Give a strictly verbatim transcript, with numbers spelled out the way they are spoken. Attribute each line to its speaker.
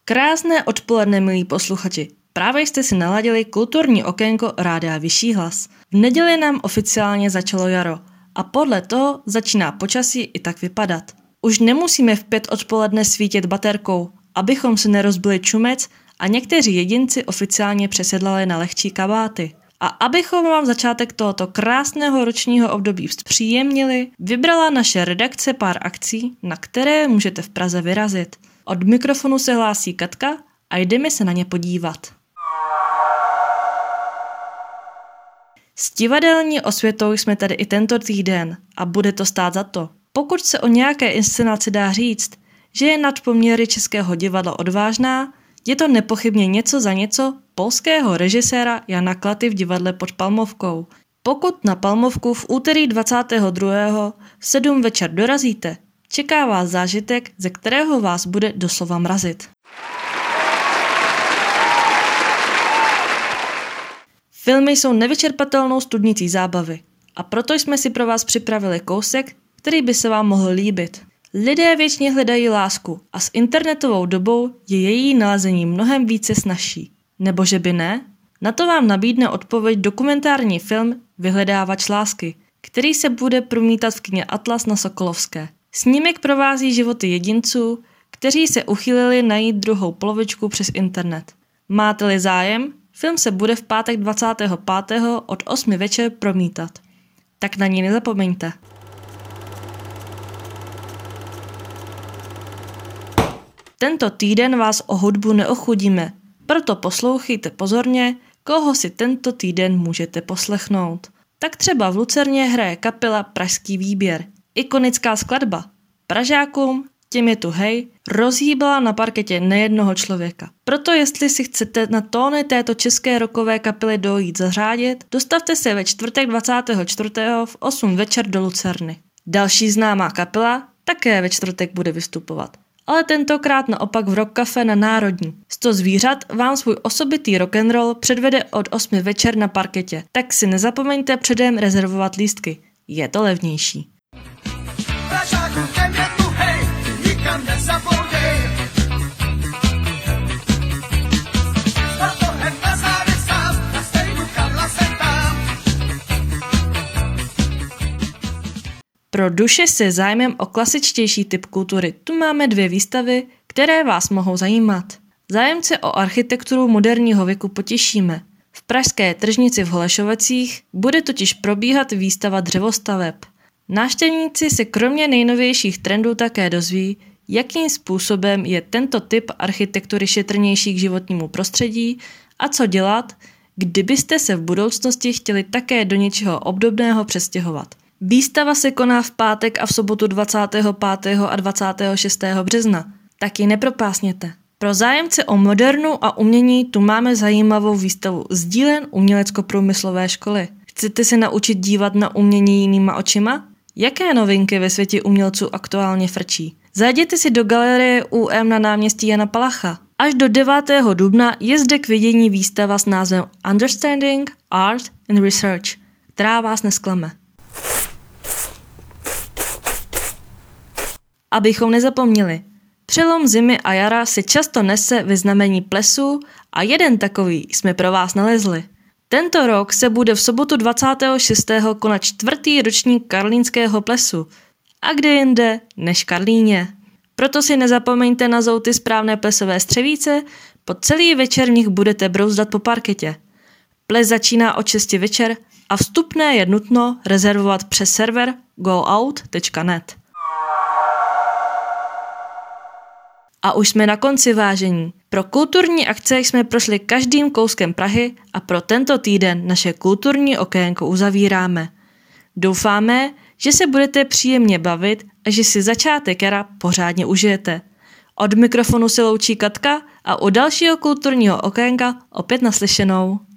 Speaker 1: Krásné odpoledne, milí posluchači. Právě jste si naladili kulturní okénko Rádia Vyšší hlas. V neděli nám oficiálně začalo jaro a podle toho začíná počasí i tak vypadat. Už nemusíme v pět odpoledne svítit baterkou, abychom si nerozbili čumec a někteří jedinci oficiálně přesedlali na lehčí kabáty. A abychom vám začátek tohoto krásného ročního období zpříjemnili, vybrala naše redakce pár akcí, na které můžete v Praze vyrazit. Od mikrofonu se hlásí Katka a jdeme se na ně podívat. S divadelní osvětou jsme tady i tento týden a bude to stát za to. Pokud se o nějaké inscenaci dá říct, že je nad poměry českého divadla odvážná, je to nepochybně něco za něco polského režiséra Jana Klaty v divadle Pod Palmovkou. Pokud na Palmovku v úterý dvacátého druhého v sedm večer dorazíte, čeká vás zážitek, ze kterého vás bude doslova mrazit. Filmy jsou nevyčerpatelnou studnicí zábavy a proto jsme si pro vás připravili kousek, který by se vám mohl líbit. Lidé věčně hledají lásku a s internetovou dobou je její nalezení mnohem více snazší. Nebo že by ne? Na to vám nabídne odpověď dokumentární film Vyhledávač lásky, který se bude promítat v kině Atlas na Sokolovské. Snímek provází životy jedinců, kteří se uchýlili najít druhou polovičku přes internet. Máte-li zájem, film se bude v pátek dvacátého pátého od osmi večer promítat. Tak na ní nezapomeňte. Tento týden vás o hudbu neochudíme, proto poslouchejte pozorně, koho si tento týden můžete poslechnout. Tak třeba v Lucerně hraje kapela Pražský výběr. Ikonická skladba Pražákům, těm je tu hej, rozhýbala na parketě nejednoho člověka. Proto jestli si chcete na tóny této české rockové kapely dojít zařádit, dostavte se ve čtvrtek dvacátého čtvrtého v osm večer do Lucerny. Další známá kapela také ve čtvrtek bude vystupovat. Ale tentokrát naopak v Rock Café na Národní. Sto zvířat vám svůj osobitý rock'n'roll předvede od osmi večer na parketě, tak si nezapomeňte předem rezervovat lístky. Je to levnější. Pro duše se zájmem o klasičtější typ kultury tu máme dvě výstavy, které vás mohou zajímat. Zájemce o architekturu moderního věku potěšíme. V pražské tržnici v Holešovicích bude totiž probíhat výstava dřevostaveb. Návštěvníci se kromě nejnovějších trendů také dozví, jakým způsobem je tento typ architektury šetrnější k životnímu prostředí a co dělat, kdybyste se v budoucnosti chtěli také do něčeho obdobného přestěhovat. Výstava se koná v pátek a v sobotu dvacátého pátého a dvacátého šestého března, tak ji nepropásněte. Pro zájemce o modernu a umění tu máme zajímavou výstavu Sdílen umělecko-průmyslové školy. Chcete se naučit dívat na umění jinýma očima? Jaké novinky ve světě umělců aktuálně frčí? Zajděte si do galerie U M na náměstí Jana Palacha. Až do devátého dubna je zde k vidění výstava s názvem Understanding Art and Research, která vás nesklame. Abychom nezapomněli, přelom zimy a jara se často nese ve znamení plesu a jeden takový jsme pro vás nalezli. Tento rok se bude v sobotu dvacátého šestého konat čtvrtý ročník karlínského plesu. A kde jinde než Karlíně. Proto si nezapomeňte nazout ty správné plesové střevíce, po celý večer v nich budete brouzdat po parketě. Ples začíná od šesti večer a vstupné je nutno rezervovat přes server go out tečka net. A už jsme na konci, vážení. Pro kulturní akce jsme prošli každým kouskem Prahy a pro tento týden naše kulturní okénko uzavíráme. Doufáme, že se budete příjemně bavit a že si začátek jara pořádně užijete. Od mikrofonu se loučí Katka a u dalšího kulturního okénka opět naslyšenou.